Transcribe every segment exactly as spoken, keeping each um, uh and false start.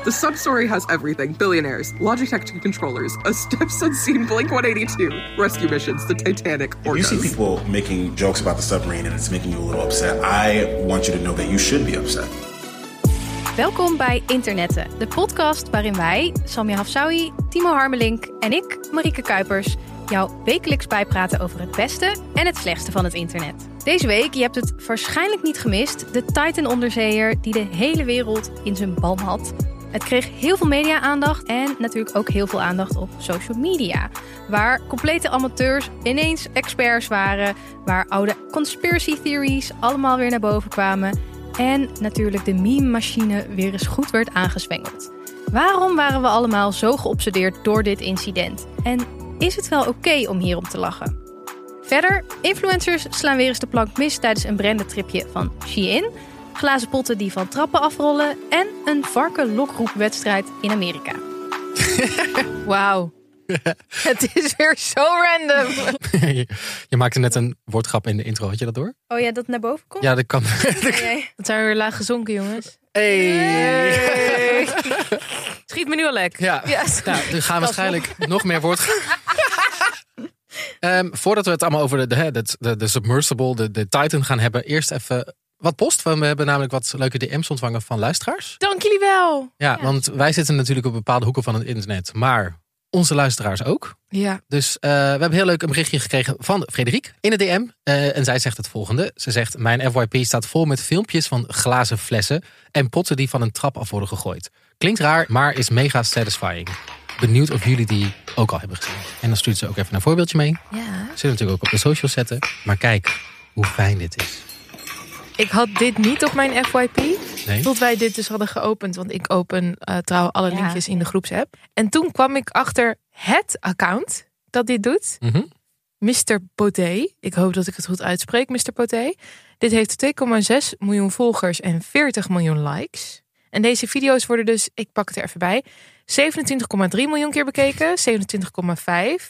The sub-story has everything. Billionaires, Logitech controllers, a Stepson scene, Blink one eighty-two, rescue missions, the Titanic, orcas. If you see people making jokes about the submarine and it's making you a little upset, I want you to know that you should be upset. Welkom bij Internetten, de podcast waarin wij, Samia Hafsawi, Timo Harmelink en ik, Marieke Kuipers, jou wekelijks bijpraten over het beste en het slechtste van het internet. Deze week, je hebt het waarschijnlijk niet gemist, de Titan-onderzeeër die de hele wereld in zijn ban had. Het kreeg heel veel media-aandacht en natuurlijk ook heel veel aandacht op social media. Waar complete amateurs ineens experts waren, waar oude conspiracy theories allemaal weer naar boven kwamen en natuurlijk de meme-machine weer eens goed werd aangezwengeld. Waarom waren we allemaal zo geobsedeerd door dit incident? En is het wel oké okay om hierom te lachen? Verder, influencers slaan weer eens de plank mis tijdens een brandentripje van Shein, glazen potten die van trappen afrollen en een varken-lokroepwedstrijd in Amerika. Wauw. Het is weer zo random. je, je maakte net een woordgrap in de intro, had je dat door? Oh ja, dat naar boven komt? Ja, dat kan. Dat zijn we weer laag gezonken, jongens. Hey. Hey. Schiet me nu al lek. Ja, yes. Nou, er gaan waarschijnlijk nog meer woordgrappen. um, voordat we het allemaal over de, de, de, de submersible, de, de Titan gaan hebben, eerst even wat post. We hebben namelijk wat leuke D M's ontvangen van luisteraars. Dank jullie wel. Ja, ja, want wij zitten natuurlijk op bepaalde hoeken van het internet, maar onze luisteraars ook. Ja. Dus uh, we hebben heel leuk een berichtje gekregen van Frederik in de D M. Uh, en zij zegt het volgende. Ze zegt, mijn F Y P staat vol met filmpjes van glazen flessen en potten die van een trap af worden gegooid. Klinkt raar, maar is mega satisfying. Benieuwd of jullie die ook al hebben gezien. En dan stuurt ze ook even een voorbeeldje mee. Ja. Zullen we natuurlijk ook op de socials zetten. Maar kijk hoe fijn dit is. Ik had dit niet op mijn F Y P. Nee? Tot wij dit dus hadden geopend. Want ik open uh, trouw alle ja. linkjes in de groepsapp. En toen kwam ik achter het account dat dit doet. Mm-hmm. mister Poté. Ik hoop dat ik het goed uitspreek, mister Poté. Dit heeft twee komma zes miljoen volgers en veertig miljoen likes. En deze video's worden dus, ik pak het er even bij, zevenentwintig komma drie miljoen keer bekeken. zevenentwintig komma vijf.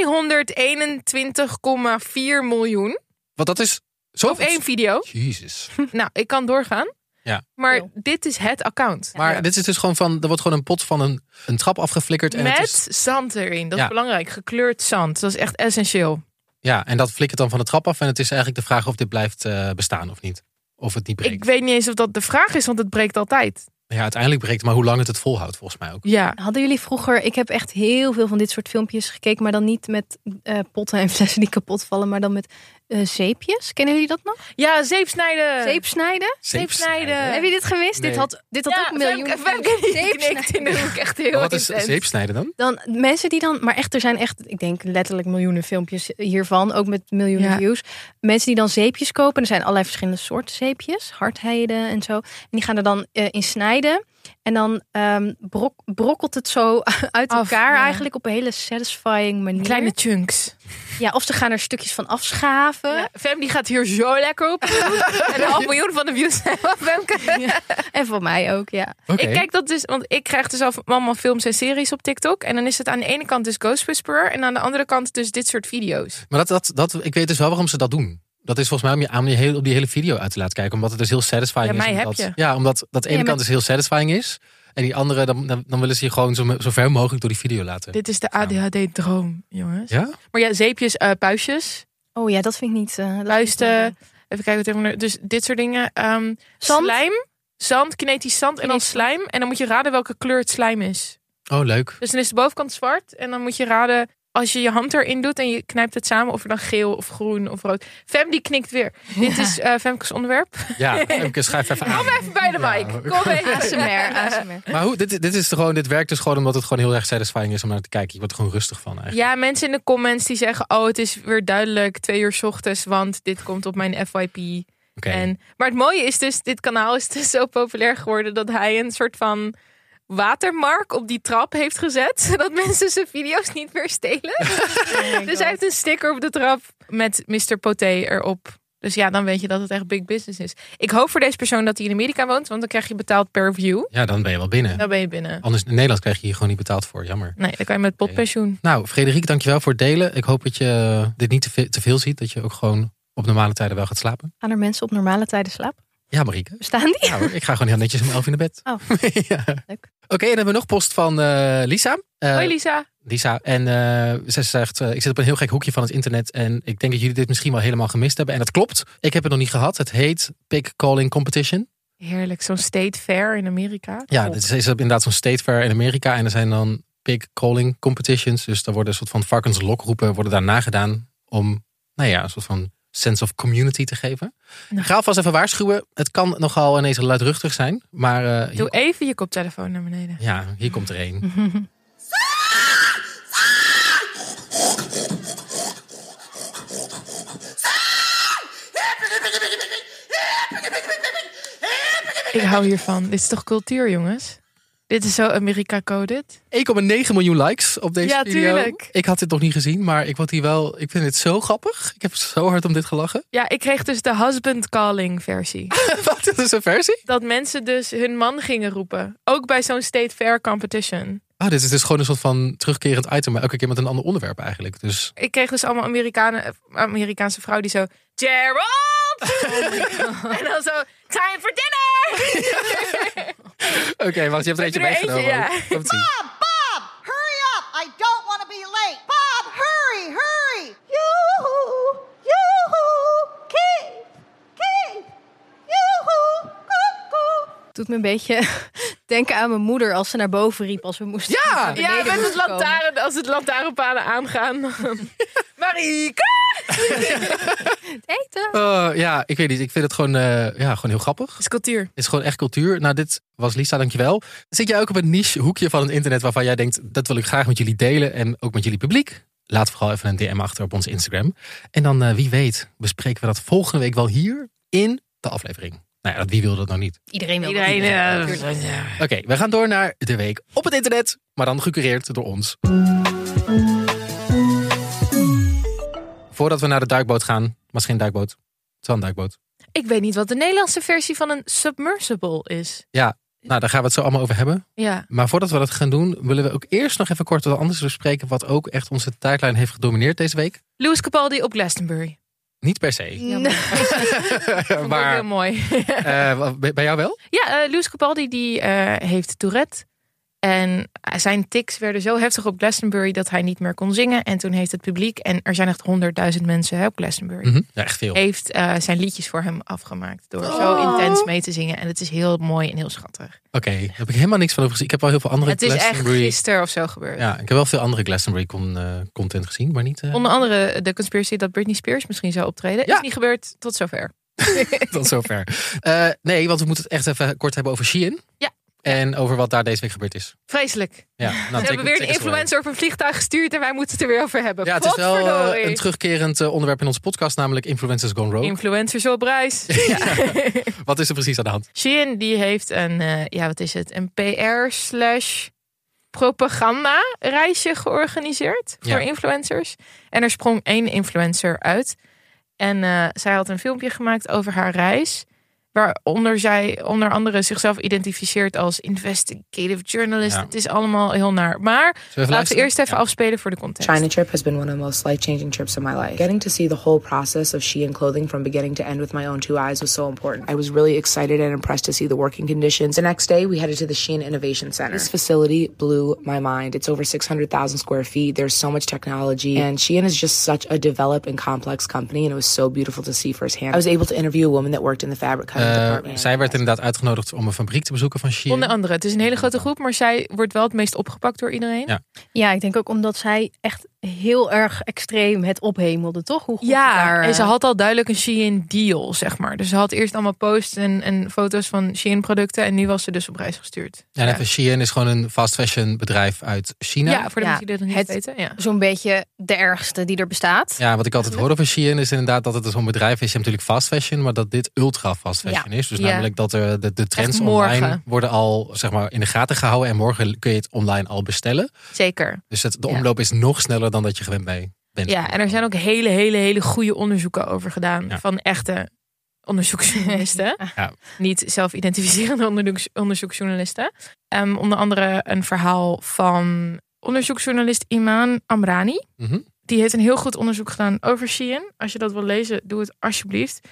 tweehonderdeenentwintig komma vier miljoen. Want dat is zo op één video. Jezus. Nou, ik kan doorgaan. Ja. Maar dit is het account. Maar ja. dit is dus gewoon van, er wordt gewoon een pot van een, een trap afgeflikkerd. En met het is, zand erin. Dat ja. is belangrijk. Gekleurd zand. Dat is echt essentieel. Ja, en dat flikkert dan van de trap af. En het is eigenlijk de vraag of dit blijft uh, bestaan of niet. Of het niet breekt. Ik weet niet eens of dat de vraag is, want het breekt altijd. Ja, uiteindelijk breekt, maar hoe lang het het volhoudt volgens mij ook. Ja. Hadden jullie vroeger, ik heb echt heel veel van dit soort filmpjes gekeken, maar dan niet met uh, potten en flessen die kapot vallen, maar dan met uh, zeepjes. Kennen jullie dat nog? Ja, zeepsnijden. Zeepsnijden? Zeepsnijden. Heb je dit gemist? Nee. Dit had, dit had ja, ook miljoenen. Femke knikt in de hoek echt heel Maar wat is intens. zeepsnijden dan? Dan mensen die dan, maar echt, er zijn echt, ik denk letterlijk miljoenen filmpjes hiervan, ook met miljoenen ja. views. Mensen die dan zeepjes kopen, er zijn allerlei verschillende soorten zeepjes, hardheden en zo. En die gaan er dan uh, in snijden. En dan um, brok, brokkelt het zo uit Af, elkaar ja. eigenlijk op een hele satisfying manier. Kleine chunks. Ja, of ze gaan er stukjes van afschaven. Ja, Fem die gaat hier zo lekker op. En een half miljoen van de views zijn van Femke. Ja. En voor mij ook, ja. Okay. Ik kijk dat dus, want ik krijg dus allemaal films en series op TikTok. En dan is het aan de ene kant dus Ghost Whisperer. En aan de andere kant dus dit soort video's. Maar dat, dat, dat, ik weet dus wel waarom ze dat doen. Dat is volgens mij om je aan die hele, op die hele video uit te laten kijken. Omdat het dus heel satisfying Ja, is. mij Omdat, heb je. Ja, omdat dat ene Ja, maar- kant dus heel satisfying is. En die andere, dan, dan, dan willen ze je gewoon zo, zo ver mogelijk door die video laten. Dit is de A D H D-droom, jongens. Ja? Maar ja, zeepjes, uh, puistjes, Oh ja, dat vind ik niet... Uh, dat luisten. vind ik niet, Even kijken wat er. Dus dit soort dingen. Um, Zand? Slijm, zand, kinetisch zand en dan Kinetisch slijm. En dan moet je raden welke kleur het slijm is. Oh, leuk. Dus dan is de bovenkant zwart. En dan moet je raden, als je je hand erin doet en je knijpt het samen, of er dan geel of groen of rood. Fem die knikt weer. Ja. Dit is uh, Femke's onderwerp. Ja, Femke, schrijf even aan. Kom even bij de mic. Ja. Kom even. A S M R, A S M R. Maar hoe, dit, dit, is gewoon, dit werkt dus gewoon omdat het gewoon heel erg satisfying is om naar te kijken. Je wordt er gewoon rustig van eigenlijk. Ja, mensen in de comments die zeggen, oh, het is weer duidelijk, twee uur 's ochtends, want dit komt op mijn F Y P. Okay. En, maar het mooie is dus, dit kanaal is dus zo populair geworden dat hij een soort van watermark op die trap heeft gezet, zodat mensen zijn video's niet meer stelen. Oh Dus hij heeft een sticker op de trap met mister Poté erop. Dus ja, dan weet je dat het echt big business is. Ik hoop voor deze persoon dat hij in Amerika woont, want dan krijg je betaald per view. Ja, dan ben je wel binnen. Dan ben je binnen. Anders in Nederland krijg je hier gewoon niet betaald voor. Jammer. Nee, dan kan je met potpensioen. Nou, Frederik, dankjewel voor het delen. Ik hoop dat je dit niet te veel, te veel ziet. Dat je ook gewoon op normale tijden wel gaat slapen. Gaan er mensen op normale tijden slapen? Ja, Marieke. Staan die? Ja, hoor, ik ga gewoon heel netjes om elf in de bed. Oh, ja. leuk. Oké, okay, en dan hebben we nog post van uh, Lisa. Uh, Hoi Lisa. Lisa. En uh, ze zegt, uh, ik zit op een heel gek hoekje van het internet. En ik denk dat jullie dit misschien wel helemaal gemist hebben. En dat klopt. Ik heb het nog niet gehad. Het heet Pig Calling Competition. Heerlijk, zo'n state fair in Amerika. Ja, het is, is inderdaad zo'n state fair in Amerika. En er zijn dan pig calling competitions. Dus daar worden een soort van varkenslokroepen worden daar nagedaan. Om, nou ja, een soort van sense of community te geven. Nou. Ik ga alvast even waarschuwen. Het kan nogal ineens luidruchtig zijn. Maar, uh, Doe even je koptelefoon naar beneden. Ja, hier komt er één. Ik hou hiervan. Dit is toch cultuur, jongens? Dit is zo America-coded. één komma negen miljoen likes op deze ja, video. Tuurlijk. Ik had dit nog niet gezien, maar ik, word hier wel, ik vind het zo grappig. Ik heb zo hard om dit gelachen. Ja, ik kreeg dus de husband calling versie. Wat, dat is een versie? Dat mensen dus hun man gingen roepen. Ook bij zo'n state fair competition. Oh, dit is dus gewoon een soort van terugkerend item, maar elke keer met een ander onderwerp eigenlijk. Dus... Ik kreeg dus allemaal Amerikanen, Amerikaanse vrouw die zo... Gerald! Oh en dan zo, time for dinner! Oké, okay, wacht, je hebt er eentje meegenomen. Ja. Bob, Bob, hurry up! I don't want to be late. Bob, hurry, hurry! Yoo-hoo, yoo-hoo, Keith, Keith, yoo-hoo, koekoe. Doet me een beetje denken aan mijn moeder als ze naar boven riep als we moesten. Ja, ja met het lantaarn, als het lantaarnpalen aangaan. Marieke! Eten. Uh, ja, ik weet niet. Ik vind het gewoon, uh, ja, gewoon heel grappig. Het is cultuur. Het is gewoon echt cultuur. Nou, dit was Lisa, dankjewel. Zit jij ook op een niche hoekje van het internet waarvan jij denkt, dat wil ik graag met jullie delen en ook met jullie publiek? Laat vooral even een D M achter op onze Instagram. En dan, uh, wie weet, bespreken we dat volgende week wel hier in de aflevering. Nou ja, wie wil dat nou niet? Iedereen wil Iedereen, dat. Ja, ja. Oké, okay, we gaan door naar de week op het internet, maar dan gecureerd door ons. Voordat we naar de duikboot gaan, maar het is geen duikboot. Het is wel een duikboot. Ik weet niet wat de Nederlandse versie van een submersible is. Ja, nou daar gaan we het zo allemaal over hebben. Ja. Maar voordat we dat gaan doen, willen we ook eerst nog even kort wat anders bespreken. Wat ook echt onze tijdlijn heeft gedomineerd deze week. Lewis Capaldi op Glastonbury. Niet per se. Ja, maar... maar heel mooi. uh, bij jou wel? Ja, uh, Lewis Capaldi die uh, heeft Tourette. En zijn tics werden zo heftig op Glastonbury dat hij niet meer kon zingen. En toen heeft het publiek, en er zijn echt honderdduizend mensen hè, op Glastonbury. Mm-hmm. Ja, echt veel. Heeft uh, zijn liedjes voor hem afgemaakt. Door oh. zo intens mee te zingen. En het is heel mooi en heel schattig. Oké, okay, daar heb ik helemaal niks van over gezien. Ik heb wel heel veel andere het is Glastonbury... echt gisteren of zo gebeurd. Ja, ik heb wel veel andere Glastonbury con, uh, content gezien, maar niet... Uh... Onder andere de conspiracy dat Britney Spears misschien zou optreden. Ja. Is niet gebeurd tot zover. tot zover. Uh, nee, want we moeten het echt even kort hebben over Shein. Ja. En over wat daar deze week gebeurd is. Vreselijk. Ja, nou, Ze take, hebben weer een influencer op een vliegtuig gestuurd en wij moeten het er weer over hebben. Ja, het is wel uh, een terugkerend uh, onderwerp in onze podcast, namelijk Influencers Gone Rogue. Influencers op reis. Ja. Wat is er precies aan de hand? Shein die heeft een, uh, ja wat is het, een P R slash propaganda reisje georganiseerd voor ja. influencers. En er sprong één influencer uit. En uh, zij had een filmpje gemaakt over haar reis. Waaronder zij onder andere zichzelf identificeert als investigative journalist. Ja. Het is allemaal heel naar. Maar we laten we eerst even ja. afspelen voor de context. China trip has been one of the most life-changing trips of my life. Getting to see the whole process of Shein clothing from beginning to end with my own two eyes was so important. I was really excited and impressed to see the working conditions. The next day, we headed to the Shein Innovation Center. This facility blew my mind. It's over six hundred thousand square feet. There's so much technology. And Shein is just such a developed and complex company. And it was so beautiful to see firsthand. I was able to interview a woman that worked in the fabric cutting uh, department. Zij werd inderdaad uitgenodigd om een fabriek te bezoeken van Shein. Onder andere. Het is een hele grote groep, maar zij wordt wel het meest opgepakt door iedereen. Ja, ja ik denk ook omdat zij echt heel erg extreem het ophemelde, toch? Hoe goed ja, daar, en ze had al duidelijk een Shein deal, zeg maar. Dus ze had eerst allemaal posts en, en foto's van Shein producten en nu was ze dus op reis gestuurd. Ja, ja. Shein is gewoon een fast fashion bedrijf uit China. Ja, voor de ja, mensen die dat niet het, weten. Ja. Zo'n beetje de ergste die er bestaat. Ja, wat ik altijd hoor over Shein is inderdaad dat het zo'n bedrijf is. Je hebt natuurlijk fast fashion, maar dat dit ultra fast fashion ja. is. Dus ja. namelijk dat er de, de trends online worden al zeg maar in de gaten gehouden en morgen kun je het online al bestellen. Zeker. Dus het, de omloop ja. is nog sneller dan dat je gewend bent. Ja, en er zijn ook hele, hele, hele goede onderzoeken over gedaan. Ja. Van echte onderzoeksjournalisten. Ja. Niet zelf-identificerende onderzoeks, onderzoeksjournalisten. Um, onder andere een verhaal van onderzoeksjournalist Iman Amrani. Mm-hmm. Die heeft een heel goed onderzoek gedaan over Shein. Als je dat wil lezen, doe het alsjeblieft.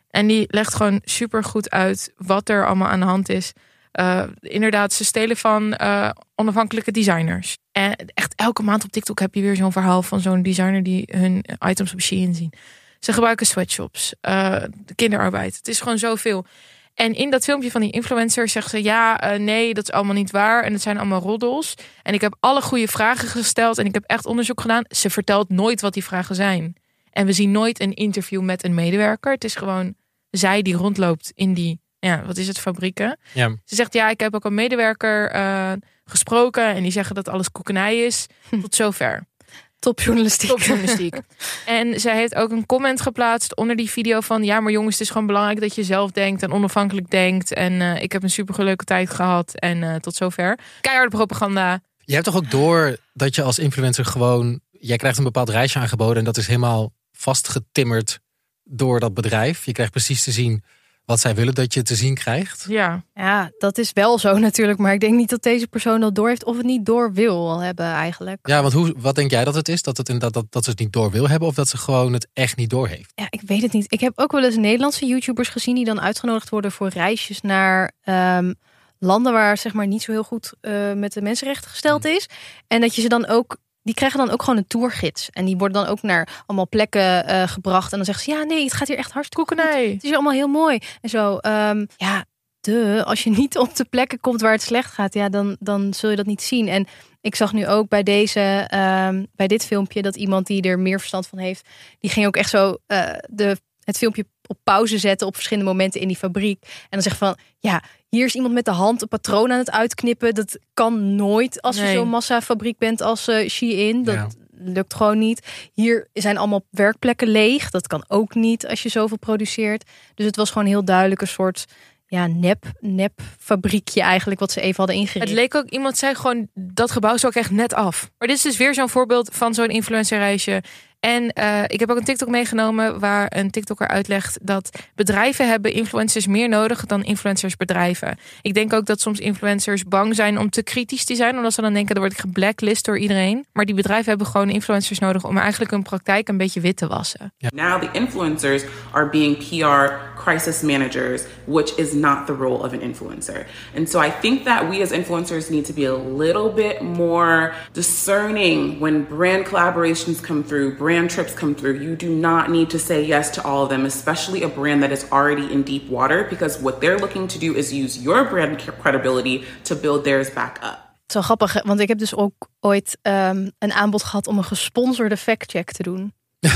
En die legt gewoon super goed uit wat er allemaal aan de hand is. Uh, inderdaad, ze stelen van uh, onafhankelijke designers. En echt elke maand op TikTok heb je weer zo'n verhaal van zo'n designer die hun items op Shein zien. Ze gebruiken sweatshops, uh, kinderarbeid. Het is gewoon zoveel. En in dat filmpje van die influencer zegt ze... ja, uh, nee, dat is allemaal niet waar. En het zijn allemaal roddels. En ik heb alle goede vragen gesteld. En ik heb echt onderzoek gedaan. Ze vertelt nooit wat die vragen zijn. En we zien nooit een interview met een medewerker. Het is gewoon zij die rondloopt in die... ja, wat is het, fabrieken. Ja. Ze zegt, ja, ik heb ook een medewerker uh, gesproken... en die zeggen dat alles koekenij is. Tot zover. Topjournalistiek. Topjournalistiek. En zij heeft ook een comment geplaatst onder die video van... ja, maar jongens, het is gewoon belangrijk dat je zelf denkt... en onafhankelijk denkt. En uh, ik heb een superleuke tijd gehad. En uh, tot zover. Keiharde propaganda. Je hebt toch ook door dat je als influencer gewoon... jij krijgt een bepaald reisje aangeboden... en dat is helemaal vastgetimmerd door dat bedrijf. Je krijgt precies te zien... wat zij willen dat je te zien krijgt. Ja. Ja, dat is wel zo natuurlijk. Maar ik denk niet dat deze persoon dat door heeft of het niet door wil hebben eigenlijk. Ja, want hoe, wat denk jij dat het is? Dat, het inderdaad, dat, dat ze het niet door wil hebben of dat ze gewoon het echt niet door heeft? Ja, ik weet het niet. Ik heb ook wel eens Nederlandse YouTubers gezien die dan uitgenodigd worden voor reisjes naar um, landen waar zeg maar niet zo heel goed uh, met de mensenrechten gesteld is. En dat je ze dan ook... die krijgen dan ook gewoon een tourgids. En die worden dan ook naar allemaal plekken uh, gebracht. En dan zeggen ze, ja nee, het gaat hier echt hartstikke goed. Nee. Het is hier allemaal heel mooi. En zo, um, ja, de, als je niet op de plekken komt waar het slecht gaat... ja, dan, dan zul je dat niet zien. En ik zag nu ook bij deze, um, bij dit filmpje... dat iemand die er meer verstand van heeft... die ging ook echt zo uh, de, het filmpje op pauze zetten... op verschillende momenten in die fabriek. En dan zegt van, ja... hier is iemand met de hand een patroon aan het uitknippen. Dat kan nooit als je nee. zo'n massafabriek bent als uh, Shein. Dat ja. lukt gewoon niet. Hier zijn allemaal werkplekken leeg. Dat kan ook niet als je zoveel produceert. Dus het was gewoon heel duidelijk een soort... ja, nep, nep fabriekje eigenlijk, wat ze even hadden ingericht. Het leek ook, iemand zei gewoon, dat gebouw is ook echt net af. Maar dit is dus weer zo'n voorbeeld van zo'n influencerreisje. En uh, ik heb ook een TikTok meegenomen waar een TikToker uitlegt dat bedrijven hebben influencers meer nodig dan influencers bedrijven. Ik denk ook dat soms influencers bang zijn om te kritisch te zijn, omdat ze dan denken, dan word ik geblacklist door iedereen. Maar die bedrijven hebben gewoon influencers nodig om eigenlijk hun praktijk een beetje wit te wassen. Ja. Now the influencers are being P R crisis managers, which is not the role of an influencer. And so I think that we as influencers need to be a little bit more discerning when brand collaborations come through, brand trips come through. You do not need to say yes to all of them, especially a brand that is already in deep water, because what they're looking to do is use your brand credibility to build theirs back up. Het is wel grappig, want ik heb dus ook ooit um, een aanbod gehad om een gesponsorde factcheck te doen.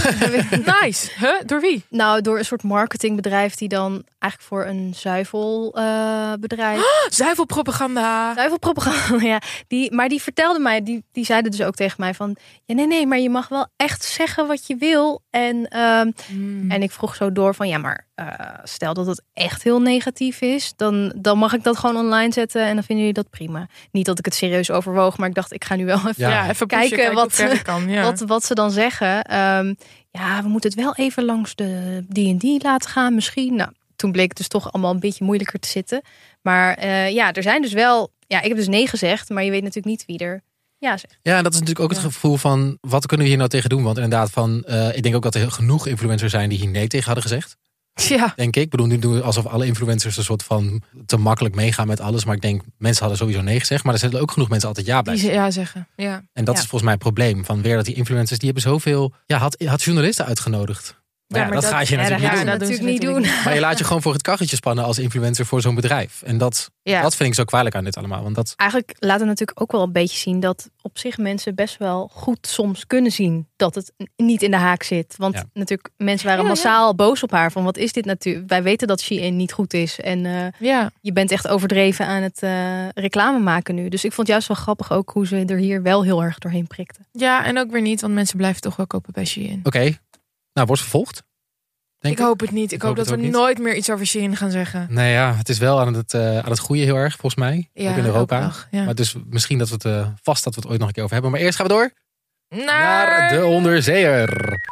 Nice. Huh? Door wie? Nou, door een soort marketingbedrijf die dan eigenlijk voor een zuivelbedrijf... Uh, oh, zuivelpropaganda. Zuivelpropaganda, ja. Die, maar die vertelde mij, die, die zeiden dus ook tegen mij van... ja, nee, nee, maar je mag wel echt zeggen wat je wil. En, um, mm. en ik vroeg zo door van, ja, maar uh, stel dat het echt heel negatief is... Dan, dan mag ik dat gewoon online zetten en dan vinden jullie dat prima. Niet dat ik het serieus overwoog, maar ik dacht, ik ga nu wel even, ja, ja, even kijken, kijken wat, wat, kan, ja. wat, wat ze dan zeggen. Um, ja, we moeten het wel even langs de D en D laten gaan misschien. Nou, toen bleek het dus toch allemaal een beetje moeilijker te zitten. Maar uh, ja, er zijn dus wel... Ja, ik heb dus nee gezegd, maar je weet natuurlijk niet wie er ja zegt. Ja, dat is natuurlijk ook het ja. gevoel van... wat kunnen we hier nou tegen doen? Want inderdaad, van, uh, ik denk ook dat er genoeg influencers zijn... die hier nee tegen hadden gezegd. Ja. Denk ik. Ik bedoel, nu doen we alsof alle influencers... een soort van te makkelijk meegaan met alles. Maar ik denk, mensen hadden sowieso nee gezegd. Maar er zullen ook genoeg mensen altijd ja blijven. Die ja zeggen, ja. En dat ja. is volgens mij het probleem. Van weer dat die influencers, die hebben zoveel... Ja, had, had journalisten uitgenodigd. Maar ja, ja, maar dat, dat ga je natuurlijk ja, niet doen. Dat natuurlijk niet doen. Maar je laat je gewoon voor het karretje spannen als influencer voor zo'n bedrijf. En dat, ja. dat vind ik zo kwalijk aan dit allemaal. Want dat... Eigenlijk laat het natuurlijk ook wel een beetje zien dat op zich mensen best wel goed soms kunnen zien dat het niet in de haak zit. Want ja. natuurlijk, mensen waren ja, massaal ja. boos op haar. Van wat is dit natuurlijk? Wij weten dat Shein niet goed is. En uh, ja. je bent echt overdreven aan het uh, reclame maken nu. Dus ik vond juist wel grappig ook hoe ze er hier wel heel erg doorheen prikte. Ja, en ook weer niet, want mensen blijven toch wel kopen bij Shein. Oké. Okay. Nou, wordt vervolgd. Denk ik hoop het niet. Ik, ik hoop, hoop dat we niet. nooit meer iets over Shein gaan zeggen. Nee, ja, het is wel aan het, uh, aan het groeien heel erg, volgens mij. Ja, ook in Europa. Dag, ja. Maar dus misschien dat we het uh, vast dat we het ooit nog een keer over hebben. Maar eerst gaan we door naar, naar de onderzeeër.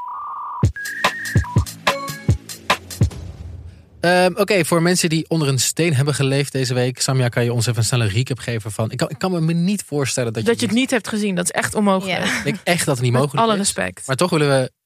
Um, Oké, okay, voor mensen die onder een steen hebben geleefd deze week... Samia, kan je ons even een snelle recap geven van... Ik kan, ik kan me niet voorstellen dat je... Dat je het niet hebt gezien, dat is echt onmogelijk. Ja. Ik denk echt dat het niet mogelijk is. Alle respect. Maar toch willen we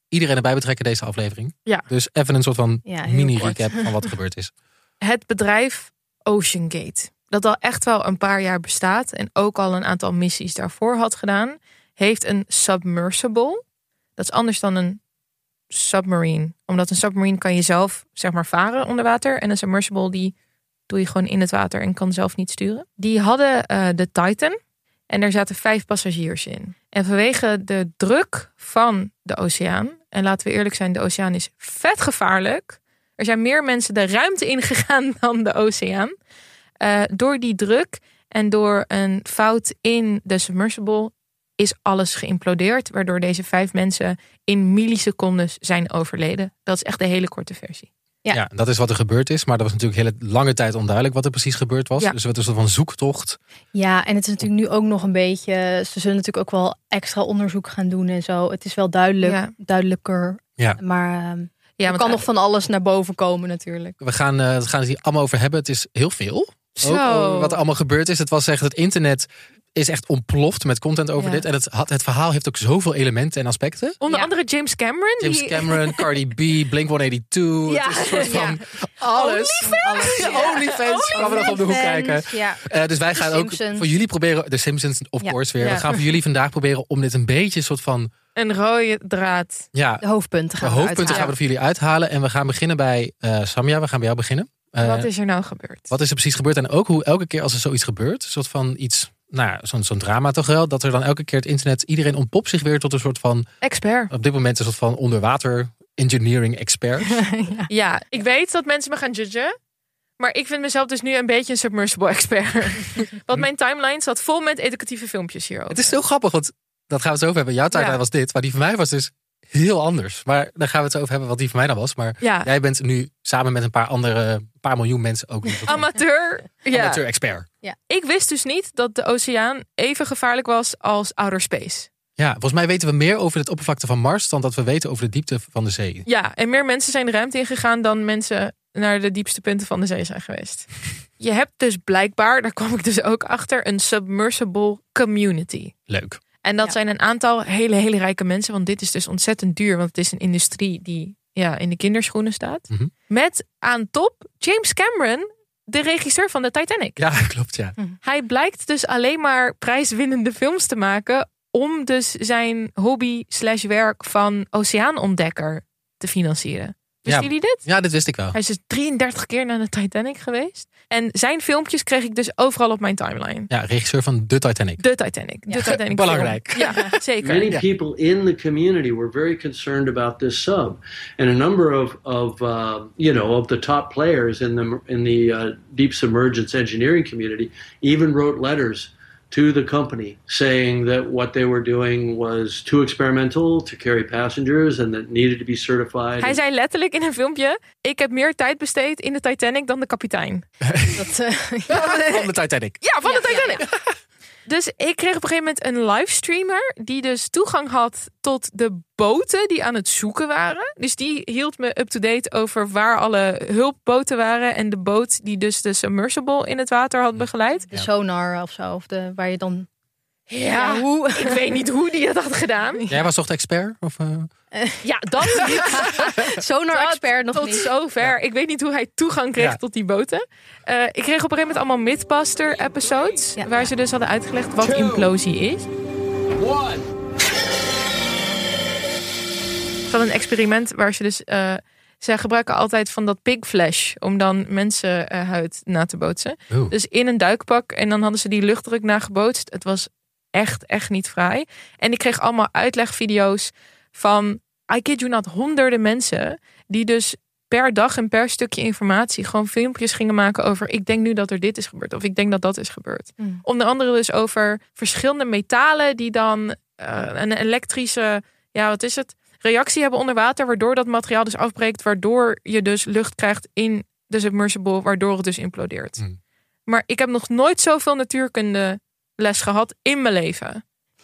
iedereen erbij betrekken deze aflevering. Ja. Dus even een soort van Ja, heel mini-recap van wat er gebeurd is. Het bedrijf OceanGate, dat al echt wel een paar jaar bestaat en ook al een aantal missies daarvoor had gedaan, heeft een submersible. Dat is anders dan een submarine. Omdat een submarine kan je zelf zeg maar varen onder water. En een submersible die doe je gewoon in het water en kan zelf niet sturen. Die hadden uh, de Titan en daar zaten vijf passagiers in. En vanwege de druk van de oceaan, en laten we eerlijk zijn, de oceaan is vet gevaarlijk. Er zijn meer mensen de ruimte ingegaan dan de oceaan. Uh, door die druk en door een fout in de submersible is alles geïmplodeerd, waardoor deze vijf mensen in millisecondes zijn overleden. Dat is echt de hele korte versie. Ja. Ja, dat is wat er gebeurd is. Maar dat was natuurlijk hele lange tijd onduidelijk wat er precies gebeurd was. Ja. Dus er werd een soort van zoektocht. Ja, en het is natuurlijk nu ook nog een beetje... Ze zullen natuurlijk ook wel extra onderzoek gaan doen en zo. Het is wel duidelijk, Ja. duidelijker. Ja. Maar uh, Ja, er want kan nog van alles naar boven komen natuurlijk. We gaan, uh, we gaan het hier allemaal over hebben. Het is heel veel. Zo. Ook, uh, wat er allemaal gebeurd is. Het was echt het internet is echt ontploft met content over Ja. dit. En het, had, het verhaal heeft ook zoveel elementen en aspecten. Onder Ja. andere James Cameron. James die... Cameron, Cardi B, Blink honderdtweeënentwintig. Ja. Het is een soort van Ja. alles. Alles. Ja, OnlyFans. Gaan we nog op de hoek kijken. Ja. Uh, dus wij De gaan ook Simpsons. voor jullie proberen, de Simpsons of Ja. course weer. Ja. We gaan voor jullie vandaag proberen om dit een beetje een soort van, Een rode draad. ja, De hoofdpunten de gaan we hoofdpunten gaan we uithalen. er voor jullie uithalen. En we gaan beginnen bij uh, Samia. We gaan bij jou beginnen. Uh, Wat is er nou gebeurd? Wat is er precies gebeurd? En ook hoe elke keer als er zoiets gebeurt, een soort van iets, nou ja, zo'n zo'n drama toch wel, dat er dan elke keer het internet, iedereen ontpopt zich weer tot een soort van, Expert. op dit moment een soort van onderwater engineering expert. Ja, ik weet dat mensen me gaan judgen. Maar ik vind mezelf dus nu een beetje een submersible expert. Want mijn timeline zat vol met educatieve filmpjes hierover. Het is zo grappig, want dat gaan we het zo over hebben. Jouw timeline Ja. was dit, maar die van mij was dus heel anders. Maar daar gaan we het zo over hebben wat die van mij dan was. Maar Ja. jij bent nu samen met een paar andere, een paar miljoen mensen ook een soort van Amateur. Ja. amateur-expert. Ik wist dus niet dat de oceaan even gevaarlijk was als outer space. Ja, volgens mij weten we meer over het oppervlakte van Mars dan dat we weten over de diepte van de zee. Ja, en meer mensen zijn de ruimte ingegaan dan mensen naar de diepste punten van de zee zijn geweest. Je hebt dus blijkbaar, daar kwam ik dus ook achter, een submersible community. Leuk. En dat Ja. zijn een aantal hele, hele rijke mensen. Want dit is dus ontzettend duur. Want het is een industrie die ja, in de kinderschoenen staat. Mhm. Met aan top James Cameron, de regisseur van de Titanic. Ja, klopt, ja. Hij blijkt dus alleen maar prijswinnende films te maken om dus zijn hobby slash werk van oceaanontdekker te financieren. Wisten Ja. jullie dit? Ja, dit wist ik wel. Hij is dus drieëndertig keer naar de Titanic geweest. En zijn filmpjes kreeg ik dus overal op mijn timeline. Ja, regisseur van de Titanic. De Titanic. De Ja. Titanic Belangrijk. film. Ja, zeker. Many Yeah. people in the community were very concerned about this sub, and a number of of uh, you know of the top players in the in the uh, deep submergence engineering community even wrote letters to the company saying that what they were doing was too experimental to carry passengers and that needed to be certified. Hij zei letterlijk in een filmpje: ik heb meer tijd besteed in de Titanic dan de kapitein. Dat, uh, Van de Titanic. Ja, van de Ja, ja, Titanic. Dus ik kreeg op een gegeven moment een livestreamer die dus toegang had tot de boten die aan het zoeken waren. Dus die hield me up-to-date over waar alle hulpboten waren en de boot die dus de submersible in het water had begeleid. de sonar of zo. Of de, waar je dan... Ja, hoe? ik weet niet hoe die dat had gedaan. Jij was toch de expert? Of, uh... Ja, dat niet. Sonar-expert nog tot niet. zover. Ik weet niet hoe hij toegang kreeg Ja. tot die boten. Uh, ik kreeg op een gegeven moment allemaal Mythbuster episodes. Ja. Waar ze dus hadden uitgelegd wat implosie is. Van een experiment waar ze dus... Uh, ze gebruiken altijd van dat pig flash om dan mensen uh, huid na te bootsen. Oeh. Dus in een duikpak en dan hadden ze die luchtdruk nagebootst. Het was echt, echt niet fraai. En ik kreeg allemaal uitlegvideo's van, I kid you not, honderden mensen die dus per dag en per stukje informatie gewoon filmpjes gingen maken over, ik denk nu dat er dit is gebeurd of ik denk dat dat is gebeurd. Mm. Onder andere dus over verschillende metalen die dan uh, een elektrische, ja wat is het, reactie hebben onder water, waardoor dat materiaal dus afbreekt, waardoor je dus lucht krijgt in de submersible, waardoor het dus implodeert. Mm. Maar ik heb nog nooit zoveel natuurkunde les gehad in mijn leven.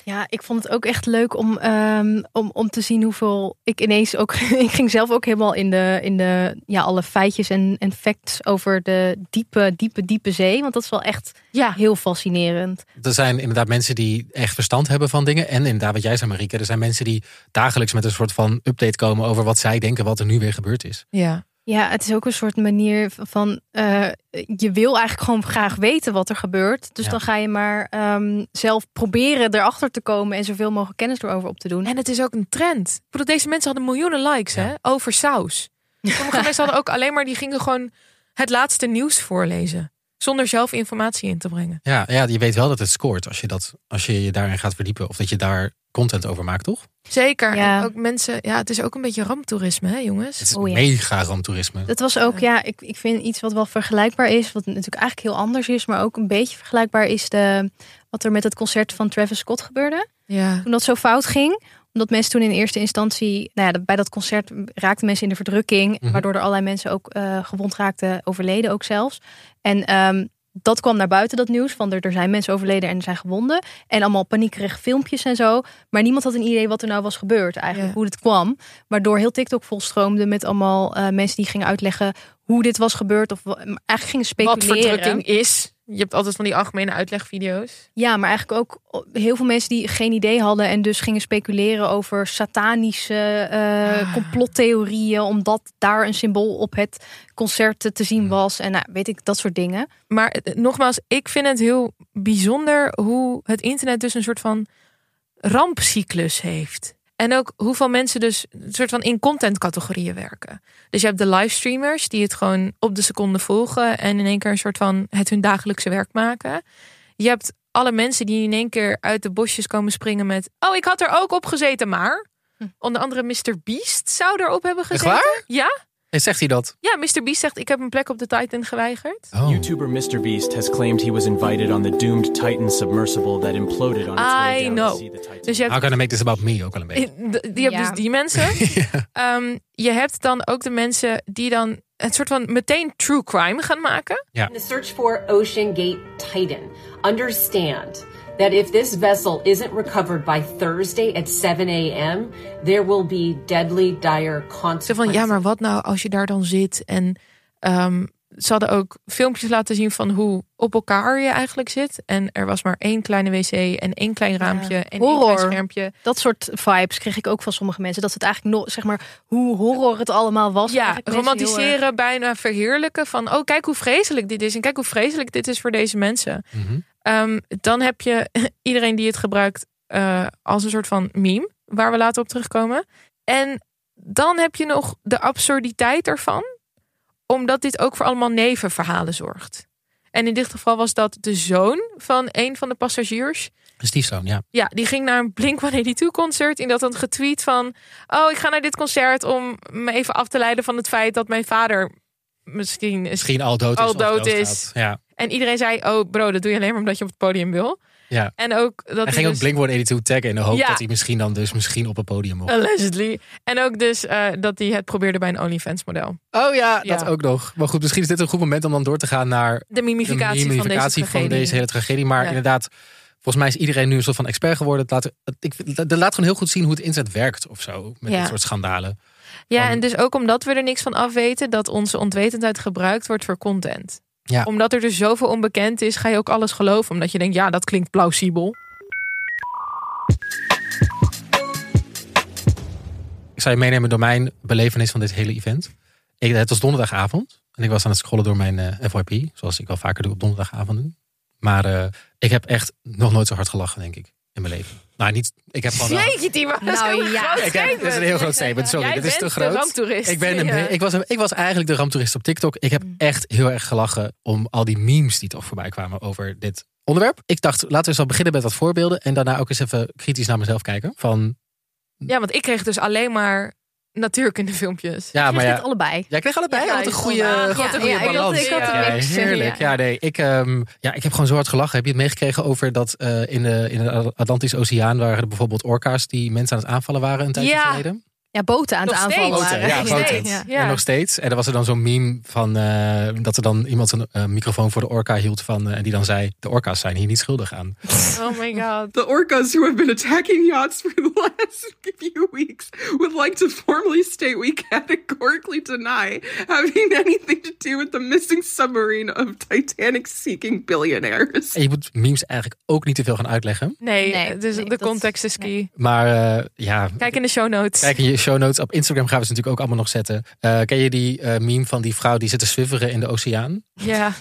Ja, ik vond het ook echt leuk om, um, om, om te zien hoeveel ik ineens ook... ik ging zelf ook helemaal in de, in de ja, alle feitjes en, en facts over de diepe, diepe, diepe zee. Want dat is wel echt ja. heel fascinerend. Er zijn inderdaad mensen die echt verstand hebben van dingen. En inderdaad wat jij zei, Marieke. Er zijn mensen die dagelijks met een soort van update komen over wat zij denken wat er nu weer gebeurd is. Ja. Ja, het is ook een soort manier van... Uh, je wil eigenlijk gewoon graag weten wat er gebeurt. Dus ja. dan ga je maar um, zelf proberen erachter te komen... en zoveel mogelijk kennis erover op te doen. En het is ook een trend. Ik bedoel, deze mensen hadden miljoenen likes ja. hè, over saus. Sommige mensen hadden ook alleen maar... die gingen gewoon het laatste nieuws voorlezen. Zonder zelf informatie in te brengen. Ja, ja, je weet wel dat het scoort als je, dat, als je je daarin gaat verdiepen. Of dat je daar content over maakt, toch? Zeker. Ja. En ook mensen, ja, het is ook een beetje ramptoerisme, hè, jongens? Het is oh, ja. mega ramptoerisme. Dat was ook, ja, ik, ik vind iets wat wel vergelijkbaar is, wat natuurlijk eigenlijk heel anders is, maar ook een beetje vergelijkbaar is de, wat er met het concert van Travis Scott gebeurde. Ja. Toen dat zo fout ging. Omdat mensen toen in eerste instantie, nou ja, bij dat concert raakten mensen in de verdrukking, mm-hmm. waardoor er allerlei mensen ook uh, gewond raakten, overleden ook zelfs. En um, dat kwam naar buiten, dat nieuws. Van er, er zijn mensen overleden en er zijn gewonden. En allemaal paniekerige filmpjes en zo. Maar niemand had een idee wat er nou was gebeurd. Eigenlijk ja. hoe het kwam. Waardoor heel TikTok volstroomde met allemaal uh, mensen die gingen uitleggen hoe dit was gebeurd. Of eigenlijk gingen speculeren. Wat verdrukking is. Je hebt altijd van die algemene uitlegvideo's. Ja, maar eigenlijk ook heel veel mensen die geen idee hadden. En dus gingen speculeren over satanische uh, ah. complottheorieën. Omdat daar een symbool op het concert te zien was. En nou, weet ik, dat soort dingen. Maar nogmaals, ik vind het heel bijzonder hoe het internet dus een soort van rampcyclus heeft. En ook hoeveel mensen dus een soort van in contentcategorieën werken. Dus je hebt de livestreamers die het gewoon op de seconde volgen. En in één keer een soort van het hun dagelijkse werk maken. Je hebt alle mensen die in één keer uit de bosjes komen springen met... Oh, ik had er ook op gezeten, maar... Hm. Onder andere mister Beast zou erop hebben gezeten. Echt waar? Ja. En zegt hij dat? Ja, mister Beast zegt, ik heb een plek op de Titan geweigerd. Oh. YouTuber mister Beast has claimed he was invited on the doomed Titan submersible that imploded on its way down to see the Titan. Dus je hebt, How can I make this about me ook wel een beetje. Je hebt ja. dus die mensen. ja. um, je hebt dan ook de mensen die dan een soort van meteen true crime gaan maken. Ja. In the search for Ocean Gate Titan, understand that if this vessel isn't recovered by Thursday at seven a.m., there will be deadly dire consequences. Van, ja, maar wat nou als je daar dan zit? En um, ze hadden ook filmpjes laten zien van hoe op elkaar je eigenlijk zit. En er was maar één kleine wc en één klein raampje ja. en horror. één klein schermpje. Dat soort vibes kreeg ik ook van sommige mensen. Dat ze het eigenlijk nog, zeg maar, hoe horror het allemaal was. Ja, romantiseren, erg... bijna verheerlijken van, oh, kijk hoe vreselijk dit is. En kijk hoe vreselijk dit is voor deze mensen. Mm-hmm. Um, dan heb je iedereen die het gebruikt uh, als een soort van meme, waar we later op terugkomen. En dan heb je nog de absurditeit ervan, omdat dit ook voor allemaal nevenverhalen zorgt. En in dit geval was dat de zoon van een van de passagiers. Een stiefzoon, ja. Ja, die ging naar een Blink honderdtweeënnegentig concert. En dat had getweet van, oh, ik ga naar dit concert om me even af te leiden van het feit dat mijn vader misschien, misschien al dood is. Al dood is. Ja. En iedereen zei, oh bro, dat doe je alleen maar omdat je op het podium wil. Ja. En ook dat hij ging dus... ook Blink honderdtweeënnegentig taggen in de hoop ja. dat hij misschien dan dus misschien op het podium mocht. Allegedly. En ook dus uh, dat hij het probeerde bij een OnlyFans model. Oh ja, ja, dat ook nog. Maar goed, misschien is dit een goed moment om dan door te gaan naar de mimificatie, de mimificatie van, deze van deze hele tragedie. Maar ja. inderdaad, volgens mij is iedereen nu een soort van expert geworden. Het laat, het, ik, dat laat gewoon heel goed zien hoe het internet werkt of zo. Met ja. dit soort schandalen. Ja, van, en dus ook omdat we er niks van af weten dat onze onwetendheid gebruikt wordt voor content. Ja. Omdat er dus zoveel onbekend is, ga je ook alles geloven. Omdat je denkt, ja, dat klinkt plausibel. Ik zou je meenemen door mijn belevenis van dit hele event. Ik, het was donderdagavond. En ik was aan het scrollen door mijn uh, F Y P. Zoals ik wel vaker doe op donderdagavonden. Maar uh, ik heb echt nog nooit zo hard gelachen, denk ik. In mijn leven. Nou, niet. Ik heb gewoon. Jeetje, Timo. Nou ja. Ik heb, dit is een heel groot statement. Sorry, Jij dit is te bent groot. De ramptoerist. Ik, ben een, ja. ik, was een, ik was eigenlijk de ramptoerist op TikTok. Ik heb echt heel erg gelachen om al die memes die toch voorbij kwamen over dit onderwerp. Ik dacht, laten we eens al beginnen met wat voorbeelden. En daarna ook eens even kritisch naar mezelf kijken. Van. Ja, want ik kreeg dus alleen maar natuurkunde filmpjes. Ja, maar ja, allebei. Jij kreeg allebei. Ja, wat een goede, ja, wat een ja, goede ja, balans. Ik had, ik had ja, een mix, heerlijk. Ja, ja nee, ik, um, ja, ik heb gewoon zo hard gelachen. Heb je het meegekregen over dat uh, in, de, in de Atlantische Oceaan waren er bijvoorbeeld orka's die mensen aan het aanvallen waren een tijdje ja. geleden? Ja, boten aan het Nog aanvallen steeds. waren. Ja, Nog boten. steeds. Ja. Ja. En nog steeds. En er was er dan zo'n meme van uh, dat er dan iemand een uh, microfoon voor de orka hield van uh, en die dan zei: de orka's zijn hier niet schuldig aan. Oh my god. The orcas who have been attacking yachts for the last few weeks would like to formally state we categorically deny having anything to do with the missing submarine of Titanic-seeking billionaires. En je moet memes eigenlijk ook niet te veel gaan uitleggen. Nee, Nee, dus nee, de dat- context is key. nee. Maar uh, ja, Kijk in de show notes. kijk in je show notes. Op Instagram gaan we ze natuurlijk ook allemaal nog zetten. Uh, ken je die uh, meme van die vrouw die zit te zwiveren in de oceaan? Ja.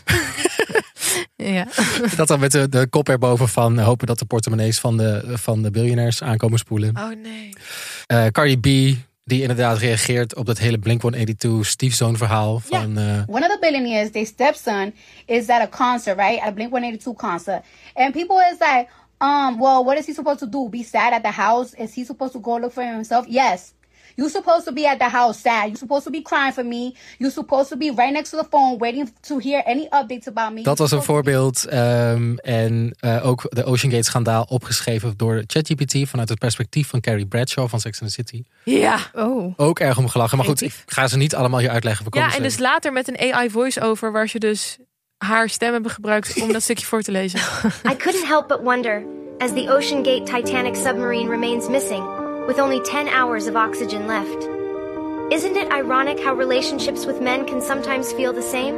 Ja. Dat dan met de, de kop erboven van uh, hopen dat de portemonnees van de, van de biljonairs aankomen spoelen. Oh nee. Uh, Cardi B, die inderdaad reageert op dat hele Blink one eighty-two stiefzoon verhaal van... Uh, One of the billionaires, their stepson, is at a concert, right? At a Blink one eighty-two concert. And people is like, um, well, what is he supposed to do? Be sad at the house? Is he supposed to go look for himself? Yes. You're supposed to be at the house sad. You're supposed to be crying for me. You're supposed to be right next to the phone waiting to hear any updates about me. Dat was een voorbeeld. Um, en uh, ook de Oceangate schandaal opgeschreven door ChatGPT vanuit het perspectief van Carrie Bradshaw van Sex and the City. Ja. Oh. Ook erg om gelachen. Maar goed, ik ga ze niet allemaal hier uitleggen. We Ja, komen en ze- dus later met een A I voice-over waar ze dus haar stem hebben gebruikt om dat stukje voor te lezen. I couldn't help but wonder, as the OceanGate Titanic submarine remains missing, with only ten hours of oxygen left. Isn't it ironic how relationships with men can sometimes feel the same?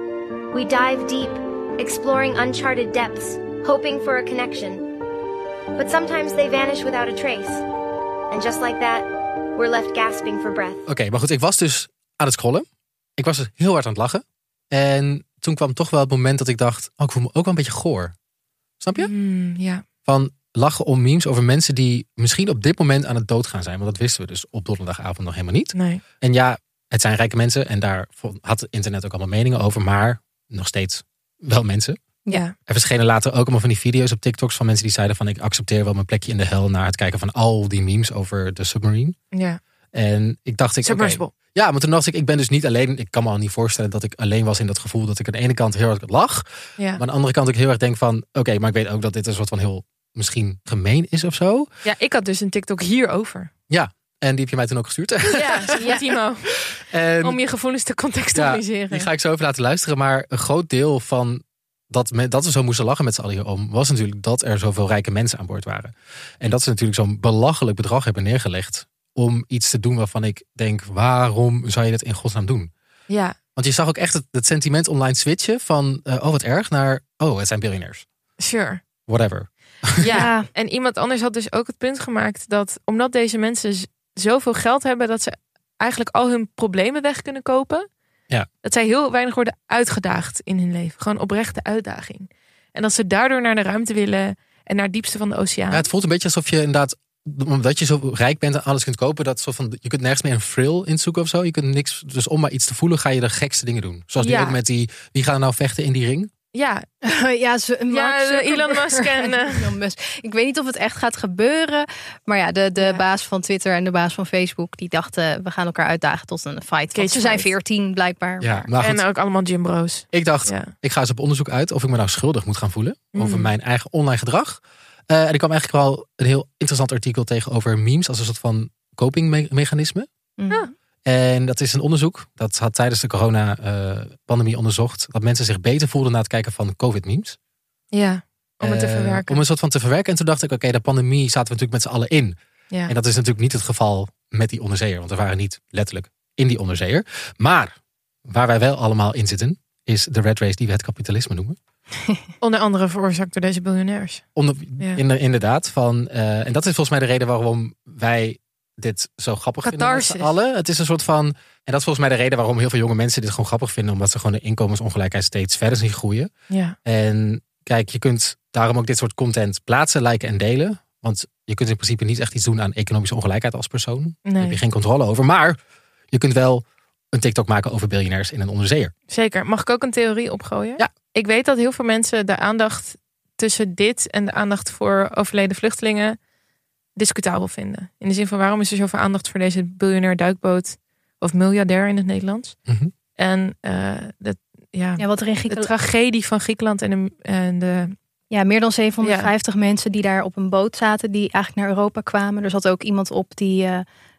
We dive deep, exploring uncharted depths, hoping for a connection. But sometimes they vanish without a trace. And just like that, we're left gasping for breath. Oké, okay, maar goed, ik was dus aan het scrollen. Ik was dus heel hard aan het lachen. En toen kwam toch wel het moment dat ik dacht, oh, ik voel me ook wel een beetje goor. Snap je? Mm, ja. Van lachen om memes over mensen die misschien op dit moment aan het doodgaan zijn. Want dat wisten we dus op donderdagavond nog helemaal niet. Nee. En ja, het zijn rijke mensen. En daar had het internet ook allemaal meningen over. Maar nog steeds wel mensen. Ja. Er verschenen later ook allemaal van die video's op TikToks van mensen die zeiden van ik accepteer wel mijn plekje in de hel na het kijken van al die memes over de submarine. Ja. En ik dacht ik, Submersible. Okay, ja, maar toen dacht ik, ik ben dus niet alleen. Ik kan me al niet voorstellen dat ik alleen was in dat gevoel dat ik aan de ene kant heel erg lach. Ja. Maar aan de andere kant ook heel erg denk van oké, okay, maar ik weet ook dat dit een soort van heel misschien gemeen is of zo. Ja, ik had dus een TikTok hierover. Ja, en die heb je mij toen ook gestuurd. Ja, ja. Timo. En, om je gevoelens te contextualiseren. Ja, die ga ik zo even laten luisteren. Maar een groot deel van dat, me, dat we zo moesten lachen met z'n allen hierom, was natuurlijk dat er zoveel rijke mensen aan boord waren. En dat ze natuurlijk zo'n belachelijk bedrag hebben neergelegd om iets te doen waarvan ik denk, waarom zou je dat in godsnaam doen? Ja. Want je zag ook echt het, het sentiment online switchen van, uh, oh wat erg, naar, oh het zijn biljonairs. Sure. Whatever. Ja, en iemand anders had dus ook het punt gemaakt dat omdat deze mensen z- zoveel geld hebben dat ze eigenlijk al hun problemen weg kunnen kopen. Ja. Dat zij heel weinig worden uitgedaagd in hun leven. Gewoon oprechte uitdaging. En dat ze daardoor naar de ruimte willen en naar het diepste van de oceaan. Ja, het voelt een beetje alsof je inderdaad, omdat je zo rijk bent en alles kunt kopen, dat soort van, je kunt nergens meer een thrill inzoeken of zo. Je kunt niks, dus om maar iets te voelen ga je de gekste dingen doen. Zoals nu Ja. ook met die, wie gaan er nou vechten in die ring? Ja, ja, ze, Mark ja Zuckerberg. Elon Musk en... Uh... Elon Musk. Ik weet niet of het echt gaat gebeuren. Maar ja, de, de ja. baas van Twitter en de baas van Facebook, die dachten, we gaan elkaar uitdagen tot een fight. Want ze zijn veertien blijkbaar. Ja, maar en ook allemaal Jimbro's. Ik dacht, ja. ik ga eens op onderzoek uit of ik me nou schuldig moet gaan voelen mm. over mijn eigen online gedrag. Uh, en ik kwam eigenlijk wel een heel interessant artikel tegen over memes als een soort van copingmechanisme. Mm. Ja. En dat is een onderzoek, dat had tijdens de corona-pandemie uh, onderzocht, dat mensen zich beter voelden na het kijken van COVID-memes. Ja, om het te uh, verwerken. Om een soort van te verwerken. En toen dacht ik, oké, okay, de pandemie zaten we natuurlijk met z'n allen in. Ja. En dat is natuurlijk niet het geval met die onderzeeër, want we waren niet letterlijk in die onderzeeër. Maar waar wij wel allemaal in zitten, is de red race die we het kapitalisme noemen. Onder andere veroorzaakt door deze biljonairs. Onder, ja. in, inderdaad. Van, uh, en dat is volgens mij de reden waarom wij dit zo grappig Catharsis. vinden met z'n allen. Het is een soort van, en dat is volgens mij de reden waarom heel veel jonge mensen dit gewoon grappig vinden, omdat ze gewoon de inkomensongelijkheid steeds verder zien groeien. Ja. En kijk, je kunt daarom ook dit soort content plaatsen, liken en delen. Want je kunt in principe niet echt iets doen aan economische ongelijkheid als persoon. Nee. Daar heb je geen controle over. Maar je kunt wel een TikTok maken over biljonairs in een onderzeeër. Zeker. Mag ik ook een theorie opgooien? Ja. Ik weet dat heel veel mensen de aandacht tussen dit en de aandacht voor overleden vluchtelingen discutabel vinden. In de zin van, waarom is er zoveel aandacht voor deze biljonair duikboot of miljardair in het Nederlands? Mm-hmm. En uh, de, ja, ja, wat er in Griekenland... de tragedie van Griekenland en de... En de ja, meer dan zevenhonderdvijftig ja. mensen die daar op een boot zaten, die eigenlijk naar Europa kwamen. Er zat ook iemand op die uh,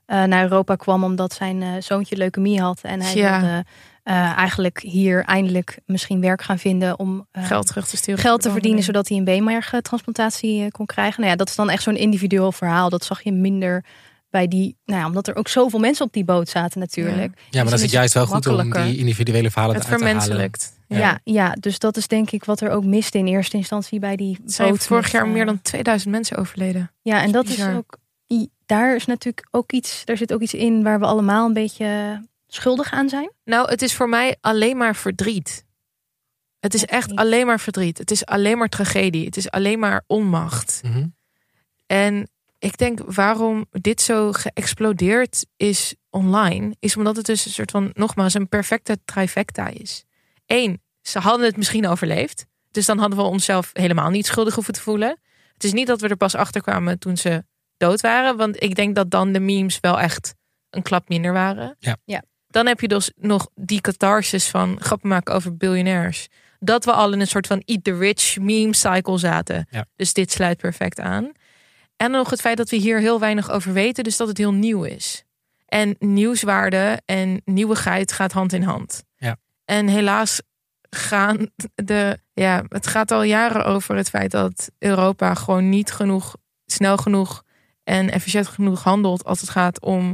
uh, naar Europa kwam omdat zijn uh, zoontje leukemie had. En hij ja. wilde uh, eigenlijk hier eindelijk misschien werk gaan vinden om uh, geld terug te sturen. Geld te verdienen, zodat hij een beenmergtransplantatie uh, kon krijgen. Nou ja, dat is dan echt zo'n individueel verhaal. Dat zag je minder bij die, nou ja, omdat er ook zoveel mensen op die boot zaten natuurlijk. Ja, ja maar dat is het juist wel goed om die individuele verhalen het uit te halen. vermenselijkt. Ja. Ja, ja, dus dat is denk ik wat er ook miste in eerste instantie bij die boot. Zij heeft vorig jaar uh, meer dan tweeduizend mensen overleden. Ja, en dat is, is ook, daar is natuurlijk ook iets, daar zit ook iets in waar we allemaal een beetje schuldig aan zijn. Nou, het is voor mij alleen maar verdriet. Het is echt alleen maar verdriet. Het is alleen maar tragedie. Het is alleen maar onmacht. Mm-hmm. En ik denk waarom dit zo geëxplodeerd is online, is omdat het dus een soort van, nogmaals, een perfecte trifecta is. Eén, ze hadden het misschien overleefd. Dus dan hadden we onszelf helemaal niet schuldig hoeven te voelen. Het is niet dat we er pas achter kwamen toen ze dood waren. Want ik denk dat dan de memes wel echt een klap minder waren. Ja. Ja. Dan heb je dus nog die catharsis van grappen maken over biljonairs. Dat we al in een soort van eat the rich meme cycle zaten. Ja. Dus dit sluit perfect aan. En nog het feit dat we hier heel weinig over weten. Dus dat het heel nieuw is. En nieuwswaarde en nieuwigheid gaat hand in hand. Ja. En helaas gaan de... Ja, het gaat al jaren over het feit dat Europa gewoon niet genoeg, snel genoeg en efficiënt genoeg handelt als het gaat om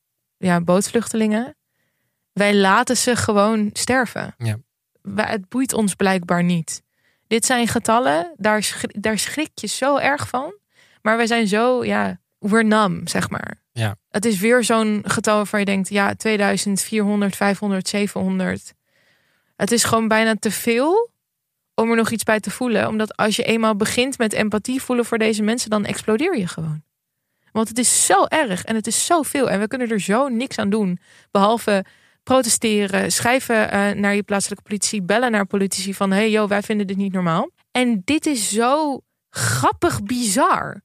ja, bootvluchtelingen. Wij laten ze gewoon sterven. Ja. Wij, het boeit ons blijkbaar niet. Dit zijn getallen, daar, schrik, daar schrik je zo erg van. Maar wij zijn zo, ja, we're numb, zeg maar. Ja. Het is weer zo'n getal waarvan je denkt, ja, tweeduizend, vierhonderd, vijfhonderd, zevenhonderd. Het is gewoon bijna te veel om er nog iets bij te voelen. Omdat als je eenmaal begint met empathie voelen voor deze mensen, dan explodeer je gewoon. Want het is zo erg en het is zoveel. En we kunnen er zo niks aan doen. Behalve protesteren, schrijven uh, naar je plaatselijke politie, bellen naar politici van, hey joh, wij vinden dit niet normaal. En dit is zo grappig bizar.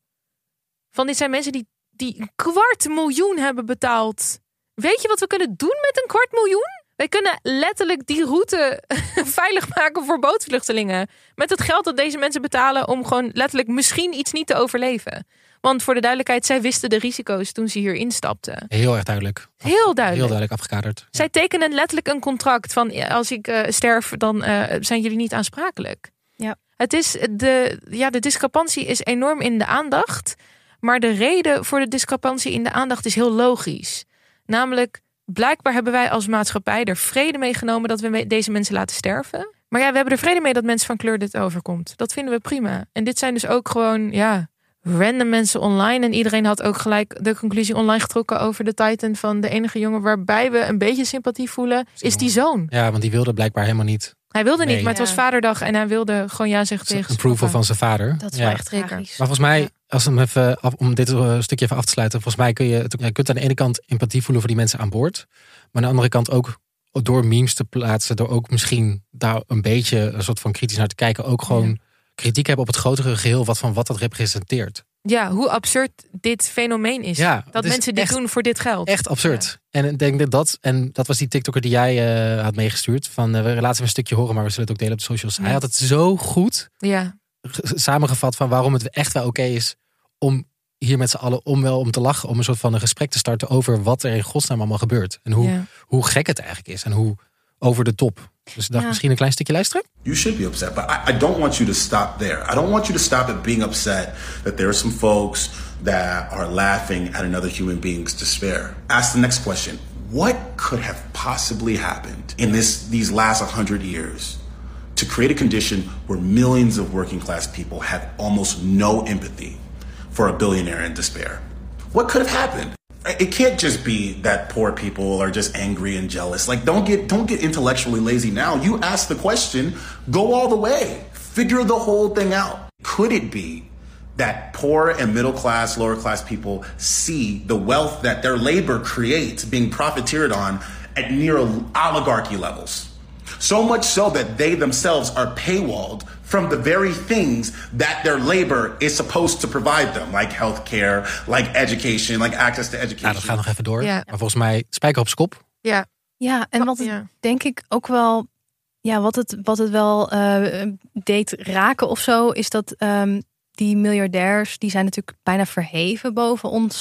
Van dit zijn mensen die, die een kwart miljoen hebben betaald. Weet je wat we kunnen doen met een kwart miljoen? Wij kunnen letterlijk die route veilig maken voor bootvluchtelingen. Met het geld dat deze mensen betalen om gewoon letterlijk misschien iets niet te overleven. Want voor de duidelijkheid, zij wisten de risico's toen ze hier instapten. Heel erg duidelijk. Heel duidelijk. Heel duidelijk afgekaderd. Zij tekenen letterlijk een contract van als ik uh, sterf, dan uh, zijn jullie niet aansprakelijk. Ja. Het is de, ja, de discrepantie is enorm in de aandacht. Maar de reden voor de discrepantie in de aandacht is heel logisch. Namelijk, blijkbaar hebben wij als maatschappij er vrede mee genomen dat we deze mensen laten sterven. Maar ja, we hebben er vrede mee dat mensen van kleur dit overkomt. Dat vinden we prima. En dit zijn dus ook gewoon, ja, random mensen online. En iedereen had ook gelijk de conclusie online getrokken over de Titan van de enige jongen waarbij we een beetje sympathie voelen, is die zoon. Ja, want die wilde blijkbaar helemaal niet. Hij wilde nee. niet, maar het was vaderdag en hij wilde gewoon ja zeggen tegen een approval van zijn vader. Dat is ja. wel echt tragisch. Maar volgens mij, als hem even af, om dit stukje even af te sluiten, volgens mij kun je, je kunt aan de ene kant empathie voelen voor die mensen aan boord, maar aan de andere kant ook door memes te plaatsen, door ook misschien daar een beetje een soort van kritisch naar te kijken, ook gewoon ja. kritiek hebben op het grotere geheel wat van wat dat representeert. Ja, hoe absurd dit fenomeen is. Ja, dat mensen dit echt, doen voor dit geld. Echt absurd. Ja. En ik denk dat dat, en dat was die TikToker die jij uh, had meegestuurd. Van uh, we laten even een stukje horen, maar we zullen het ook delen op de socials. Ja. Hij had het zo goed ja. samengevat van waarom het echt wel oké okay is om hier met z'n allen om wel om te lachen, om een soort van een gesprek te starten over wat er in godsnaam allemaal gebeurt. En hoe, ja. hoe gek het eigenlijk is. En hoe over de top. Dus ik dacht ja. misschien een klein stukje luisteren. You should be upset, but I, I don't want you to stop there. I don't want you to stop at being upset that there are some folks that are laughing at another human being's despair. Ask the next question. What could have possibly happened in this these last one hundred years to create a condition where millions of working class people have almost no empathy for a billionaire in despair? What could have happened? It can't just be that poor people are just angry and jealous. Like, don't get don't get intellectually lazy now. You ask the question, go all the way. Figure the whole thing out. Could it be that poor and middle class, lower class people see the wealth that their labor creates being profiteered on at near oligarchy levels? So much so that they themselves are paywalled from the very things that their labor is supposed to provide them. Like healthcare, like education, like access to education. Ja, dat gaat nog even door. Ja. Maar volgens mij spijker op z'n kop. Ja, ja en wat het, ja. denk ik ook wel, ja, wat het, wat het wel uh, deed raken of zo, is dat um, die miljardairs, die zijn natuurlijk bijna verheven boven ons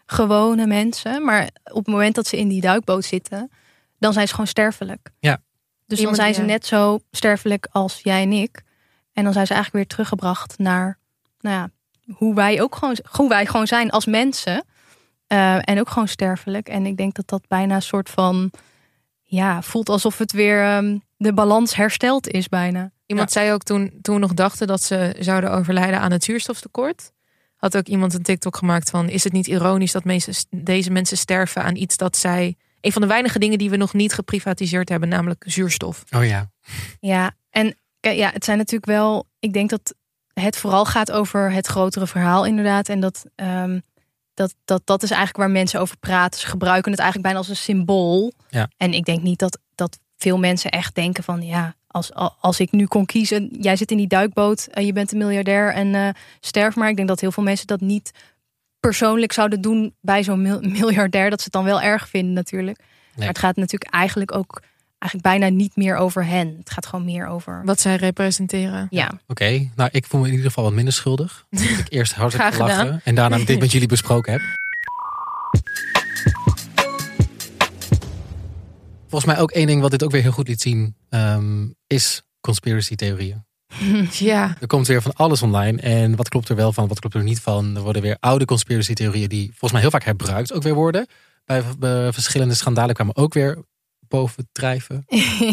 gewone mensen. Maar op het moment dat ze in die duikboot zitten, dan zijn ze gewoon sterfelijk. Ja. Dus Iemand, dan zijn ze ja. net zo sterfelijk als jij en ik. En dan zijn ze eigenlijk weer teruggebracht naar, nou ja, hoe wij ook gewoon, hoe wij gewoon zijn als mensen. Uh, en ook gewoon sterfelijk. En ik denk dat dat bijna een soort van, ja, voelt alsof het weer um, de balans hersteld is bijna. Iemand ja. zei ook toen, toen we nog dachten dat ze zouden overlijden aan het zuurstoftekort. Had ook iemand een TikTok gemaakt van, is het niet ironisch dat mensen, deze mensen sterven aan iets dat zij, een van de weinige dingen die we nog niet geprivatiseerd hebben, namelijk zuurstof. Oh ja. Ja, en ja, het zijn natuurlijk wel, ik denk dat het vooral gaat over het grotere verhaal inderdaad. En dat, um, dat, dat, dat is eigenlijk waar mensen over praten. Ze gebruiken het eigenlijk bijna als een symbool. Ja. En ik denk niet dat, dat veel mensen echt denken van, ja, als, als ik nu kon kiezen, jij zit in die duikboot, uh, je bent een miljardair en uh, sterf maar. Ik denk dat heel veel mensen dat niet persoonlijk zouden doen bij zo'n mil- miljardair. Dat ze het dan wel erg vinden natuurlijk. Nee. Maar het gaat natuurlijk eigenlijk ook eigenlijk bijna niet meer over hen. Het gaat gewoon meer over wat zij representeren. Ja. Oké, okay. Nou ik voel me in ieder geval wat minder schuldig. Dat ik eerst hartelijk gelachen en daarna dit met jullie besproken heb. Volgens mij ook één ding wat dit ook weer heel goed liet zien, um, is conspiracy theorieën. Ja. Er komt weer van alles online. En wat klopt er wel van, wat klopt er niet van. Er worden weer oude conspiracy theorieën die volgens mij heel vaak gebruikt ook weer worden. Bij, bij verschillende schandalen kwamen ook weer bovendrijven.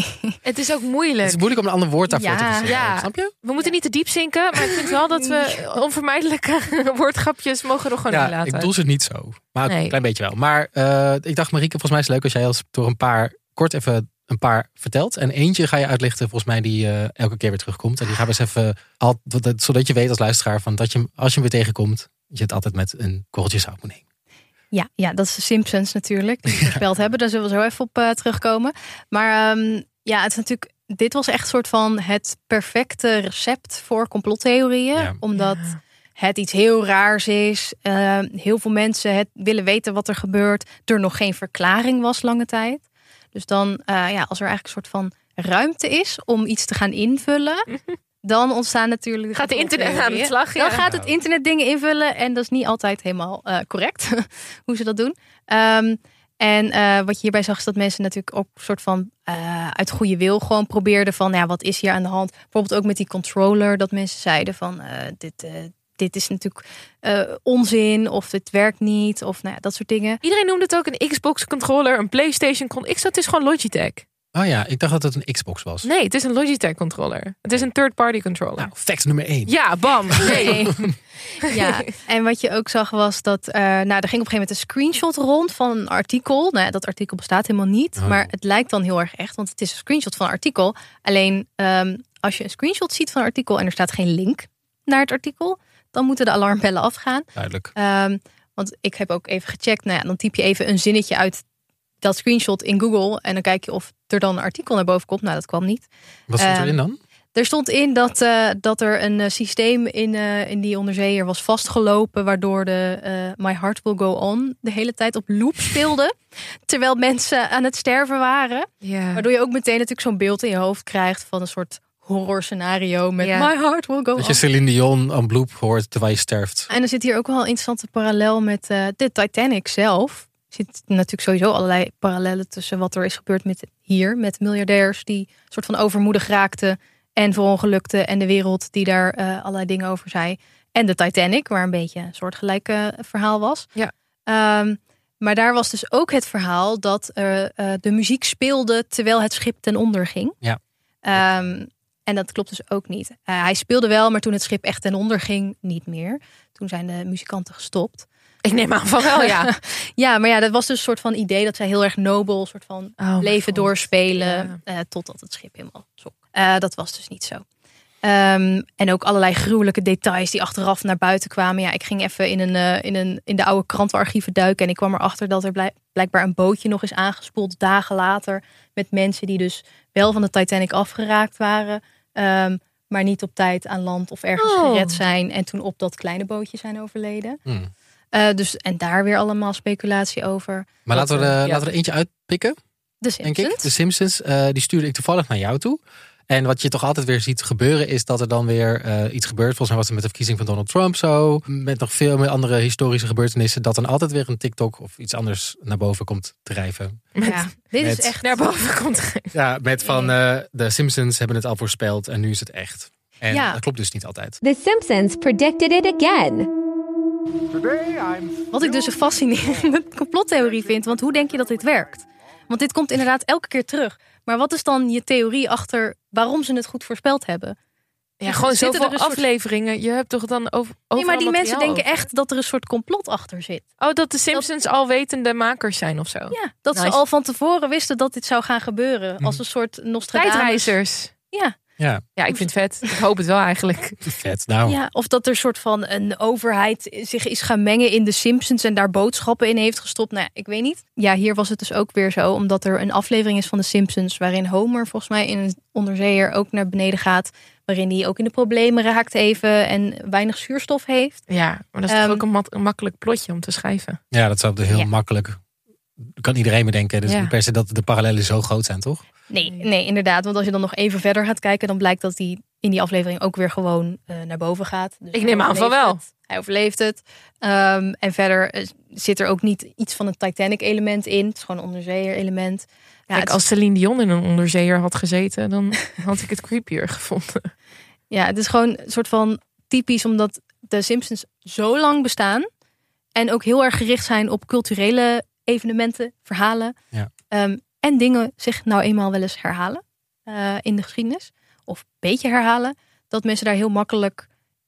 Het is ook moeilijk. Het is moeilijk om een ander woord daarvoor ja. te verzinnen. Ja. Snap je? We moeten niet te diep zinken, maar ik vind wel dat we onvermijdelijke woordgrapjes mogen nog gewoon ja, niet laten. Ik bedoel ze niet zo. Maar nee. een klein beetje wel. Maar uh, ik dacht, Marieke, volgens mij is het leuk als jij als door een paar kort even een paar vertelt. En eentje ga je uitlichten, volgens mij, die uh, elke keer weer terugkomt. En die gaan we eens even, al, zodat je weet als luisteraar, van dat je, als je hem weer tegenkomt, je het altijd met een korreltje zout moet nemen. Ja, ja, dat is de Simpsons natuurlijk, die we gespeeld hebben. Daar zullen we zo even op uh, terugkomen. Maar um, ja, het is natuurlijk, dit was echt een soort van het perfecte recept voor complottheorieën. Ja. Omdat ja. het iets heel raars is. Uh, heel veel mensen het willen weten wat er gebeurt. Er nog geen verklaring was lange tijd. Dus dan, uh, ja, als er eigenlijk een soort van ruimte is om iets te gaan invullen, dan ontstaan natuurlijk. Gaat de internet aan de slag? Ja. Dan gaat het internet dingen invullen en dat is niet altijd helemaal uh, correct hoe ze dat doen. Um, en uh, wat je hierbij zag is dat mensen natuurlijk ook een soort van uh, uit goede wil gewoon probeerden van, ja, wat is hier aan de hand? Bijvoorbeeld ook met die controller, dat mensen zeiden van, uh, dit. Uh, Dit is natuurlijk uh, onzin of dit werkt niet of nou ja, dat soort dingen. Iedereen noemde het ook een Xbox controller, een PlayStation controller. Ik zat, het is gewoon Logitech. Oh ja, ik dacht dat het een Xbox was. Nee, het is een Logitech controller. Het is een third party controller. Nou, fact nummer één. Ja, bam. Nee. Ja, en wat je ook zag was dat, uh, nou, er ging op een gegeven moment een screenshot rond van een artikel. Nou, dat artikel bestaat helemaal niet, oh. maar het lijkt dan heel erg echt, want het is een screenshot van een artikel. Alleen um, als je een screenshot ziet van een artikel en er staat geen link naar het artikel, dan moeten de alarmbellen afgaan. Duidelijk. Um, want ik heb ook even gecheckt. Nou ja, dan typ je even een zinnetje uit dat screenshot in Google. En dan kijk je of er dan een artikel naar boven komt. Nou, dat kwam niet. Wat stond erin dan? Um, er stond in dat, uh, dat er een uh, systeem in, uh, in die onderzeeër was vastgelopen. Waardoor de uh, My Heart Will Go On de hele tijd op loop speelde. Terwijl mensen aan het sterven waren. Ja. Waardoor je ook meteen natuurlijk zo'n beeld in je hoofd krijgt van een soort horror scenario met ja. My Heart Will Go On. Dat je Celine Dion aan bloep hoort terwijl je sterft. En er zit hier ook wel een interessante parallel met uh, de Titanic zelf. Er zit natuurlijk sowieso allerlei parallellen tussen wat er is gebeurd met hier. Met miljardairs die een soort van overmoedig raakten en verongelukten. En de wereld die daar uh, allerlei dingen over zei. En de Titanic, waar een beetje een soortgelijk uh, verhaal was. Ja. Um, maar daar was dus ook het verhaal dat uh, uh, de muziek speelde terwijl het schip ten onder ging. Ja. Um, En dat klopt dus ook niet. Uh, hij speelde wel, maar toen het schip echt ten onder ging, niet meer. Toen zijn de muzikanten gestopt. Ik neem aan van wel, ja. Ja, maar ja, dat was dus een soort van idee dat zij heel erg nobel, soort van oh leven doorspelen. Ja. Uh, totdat het schip helemaal zonk. Uh, dat was dus niet zo. Um, en ook allerlei gruwelijke details die achteraf naar buiten kwamen. Ja, ik ging even in, een, uh, in, een, in de oude krantenarchieven duiken. En ik kwam erachter dat er blijk, blijkbaar een bootje nog is aangespoeld dagen later. Met mensen die dus wel van de Titanic afgeraakt waren. Um, maar niet op tijd aan land of ergens oh. gered zijn. En toen op dat kleine bootje zijn overleden. Hmm. Uh, dus, en daar weer allemaal speculatie over. Maar laten we, de, ja. laten we er eentje uitpikken. De Simpsons. Denk ik. De Simpsons, uh, die stuurde ik toevallig naar jou toe. En wat je toch altijd weer ziet gebeuren is dat er dan weer uh, iets gebeurt. Volgens mij was het met de verkiezing van Donald Trump zo. Met nog veel meer andere historische gebeurtenissen. Dat dan altijd weer een TikTok of iets anders naar boven komt drijven. Ja, dit met, is echt naar boven komt. Ja, met van uh, de Simpsons hebben het al voorspeld en nu is het echt. En ja. dat klopt dus niet altijd. The Simpsons predicted it again. Wat ik dus een fascinerende complottheorie vind. Want hoe denk je dat dit werkt? Want dit komt inderdaad elke keer terug. Maar wat is dan je theorie achter waarom ze het goed voorspeld hebben? Ja, dus gewoon zoveel er een afleveringen. Soort... Je hebt toch dan over. Nee, maar die mensen denken over. echt dat er een soort complot achter zit. Oh, dat de Simpsons dat... alwetende makers zijn of zo. Ja, dat nice. ze al van tevoren wisten dat dit zou gaan gebeuren. Hm. Als een soort Nostradamus. Tijdreizers. Ja. Ja. ja, ik vind het vet. Ik hoop het wel eigenlijk. Vet, nou. Ja, of dat er een soort van een overheid zich is gaan mengen in de Simpsons en daar boodschappen in heeft gestopt. Nou ja, ik weet niet. Ja, hier was het dus ook weer zo, omdat er een aflevering is van de Simpsons waarin Homer volgens mij in een onderzeeër ook naar beneden gaat, waarin hij ook in de problemen raakt even en weinig zuurstof heeft. Ja, maar dat is um, toch ook een, mat- een makkelijk plotje om te schrijven. Ja, dat zou heel ja. makkelijk. Kan iedereen bedenken. Dus ja. per se dat de parallellen zo groot zijn, toch? Nee, nee, inderdaad. Want als je dan nog even verder gaat kijken, dan blijkt dat hij in die aflevering ook weer gewoon uh, naar boven gaat. Dus ik neem aan van wel. Het. Hij overleeft het. Um, en verder uh, zit er ook niet iets van een Titanic element in. Het is gewoon een onderzeeër element. Ja, Kijk, als Celine Dion in een onderzeeër had gezeten, dan had ik het creepier gevonden. Ja, het is gewoon een soort van typisch omdat de Simpsons zo lang bestaan en ook heel erg gericht zijn op culturele evenementen, verhalen. Ja. Um, En dingen zich nou eenmaal wel eens herhalen uh, in de geschiedenis. Of een beetje herhalen. Dat mensen daar heel makkelijk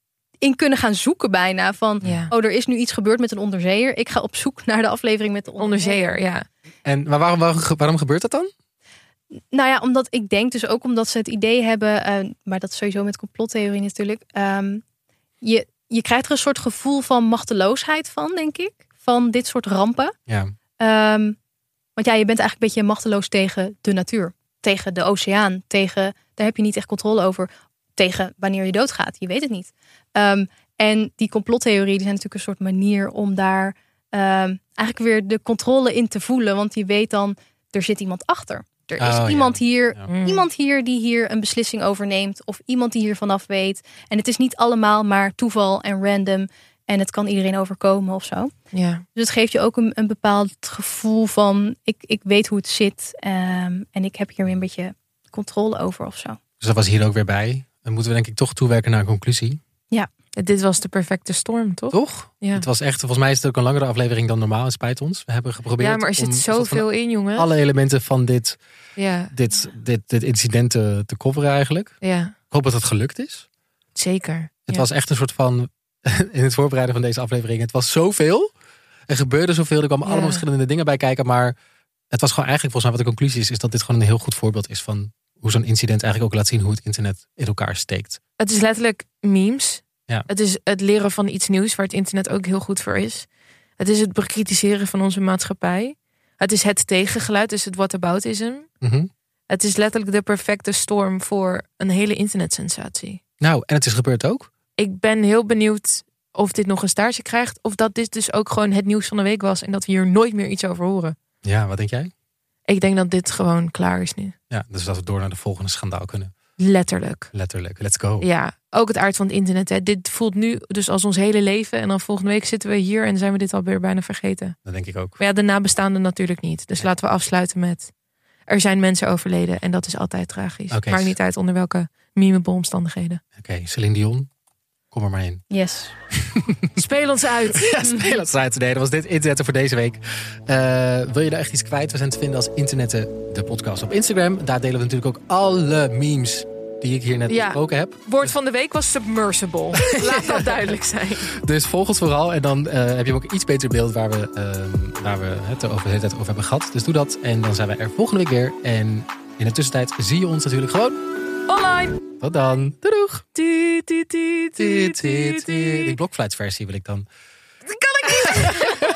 in kunnen gaan zoeken bijna. Van, ja. oh, er is nu iets gebeurd met een onderzeeër. Ik ga op zoek naar de aflevering met de onderzeeër. onderzeeër ja. En maar waarom, waarom, waarom gebeurt dat dan? Nou ja, omdat ik denk dus ook omdat ze het idee hebben. Uh, maar dat is sowieso met complottheorie natuurlijk. Um, je, je krijgt er een soort gevoel van machteloosheid van, denk ik. Van dit soort rampen. Ja. Um, Want ja, je bent eigenlijk een beetje machteloos tegen de natuur. Tegen de oceaan. Tegen, daar heb je niet echt controle over. Tegen wanneer je doodgaat. Je weet het niet. Um, en die complottheorie die zijn natuurlijk een soort manier om daar um, eigenlijk weer de controle in te voelen. Want je weet dan, er zit iemand achter. Er is oh, iemand, ja. hier, Ja. iemand hier die hier een beslissing over neemt. Of iemand die hier vanaf weet. En het is niet allemaal maar toeval en random. En het kan iedereen overkomen of zo. Ja. Dus het geeft je ook een, een bepaald gevoel van... Ik, ik weet hoe het zit. Um, en ik heb hier weer een beetje controle over of zo. Dus dat was hier ook weer bij. Dan moeten we denk ik toch toewerken naar een conclusie. Ja. Dit was de perfecte storm, toch? Toch? Ja. Het was echt, volgens mij is het ook een langere aflevering dan normaal. Het spijt ons. We hebben geprobeerd ja, maar er zit zoveel in, jongen. Alle elementen van dit, ja. dit, dit, dit incident te, te coveren eigenlijk. Ja. Ik hoop dat het gelukt is. Zeker. Het ja. was echt een soort van... in het voorbereiden van deze aflevering. Het was zoveel. Er gebeurde zoveel. Er kwamen ja. allemaal verschillende dingen bij kijken. Maar het was gewoon eigenlijk, volgens mij wat de conclusie is... is dat dit gewoon een heel goed voorbeeld is van... hoe zo'n incident eigenlijk ook laat zien hoe het internet in elkaar steekt. Het is letterlijk memes. Ja. Het is het leren van iets nieuws waar het internet ook heel goed voor is. Het is het bekritiseren van onze maatschappij. Het is het tegengeluid, dus het whataboutism. Mm-hmm. Het is letterlijk de perfecte storm voor een hele internetsensatie. Nou, en het is gebeurd ook. Ik ben heel benieuwd of dit nog een staartje krijgt. Of dat dit dus ook gewoon het nieuws van de week was. En dat we hier nooit meer iets over horen. Ja, wat denk jij? Ik denk dat dit gewoon klaar is nu. Ja, dus dat we door naar de volgende schandaal kunnen. Letterlijk. Letterlijk, let's go. Ja, ook het aard van het internet. Hè. Dit voelt nu dus als ons hele leven. En dan volgende week zitten we hier en zijn we dit alweer bijna vergeten. Dat denk ik ook. Maar ja, de nabestaanden natuurlijk niet. Dus ja. laten we afsluiten met... Er zijn mensen overleden en dat is altijd tragisch. Okay. Maakt niet uit onder welke memable omstandigheden. Oké, okay, Celine Dion. Kom er maar in. Yes. Speel ons uit. Ja, speel ons uit. Nee, dat was dit Internetten voor deze week. Uh, wil je daar echt iets kwijt? We zijn te vinden als Internetten, de podcast op Instagram. Daar delen we natuurlijk ook alle memes die ik hier net ja. besproken heb. Woord van de week was submersible. Laat dat duidelijk zijn. Dus volg ons vooral. En dan uh, heb je ook een iets beter beeld waar we, uh, waar we het over de hele tijd over hebben gehad. Dus doe dat. En dan zijn we er volgende week weer. En in de tussentijd zie je ons natuurlijk gewoon online. Tot dan. Doeg. Die blokfluitsversie wil ik dan. Dat kan ik niet.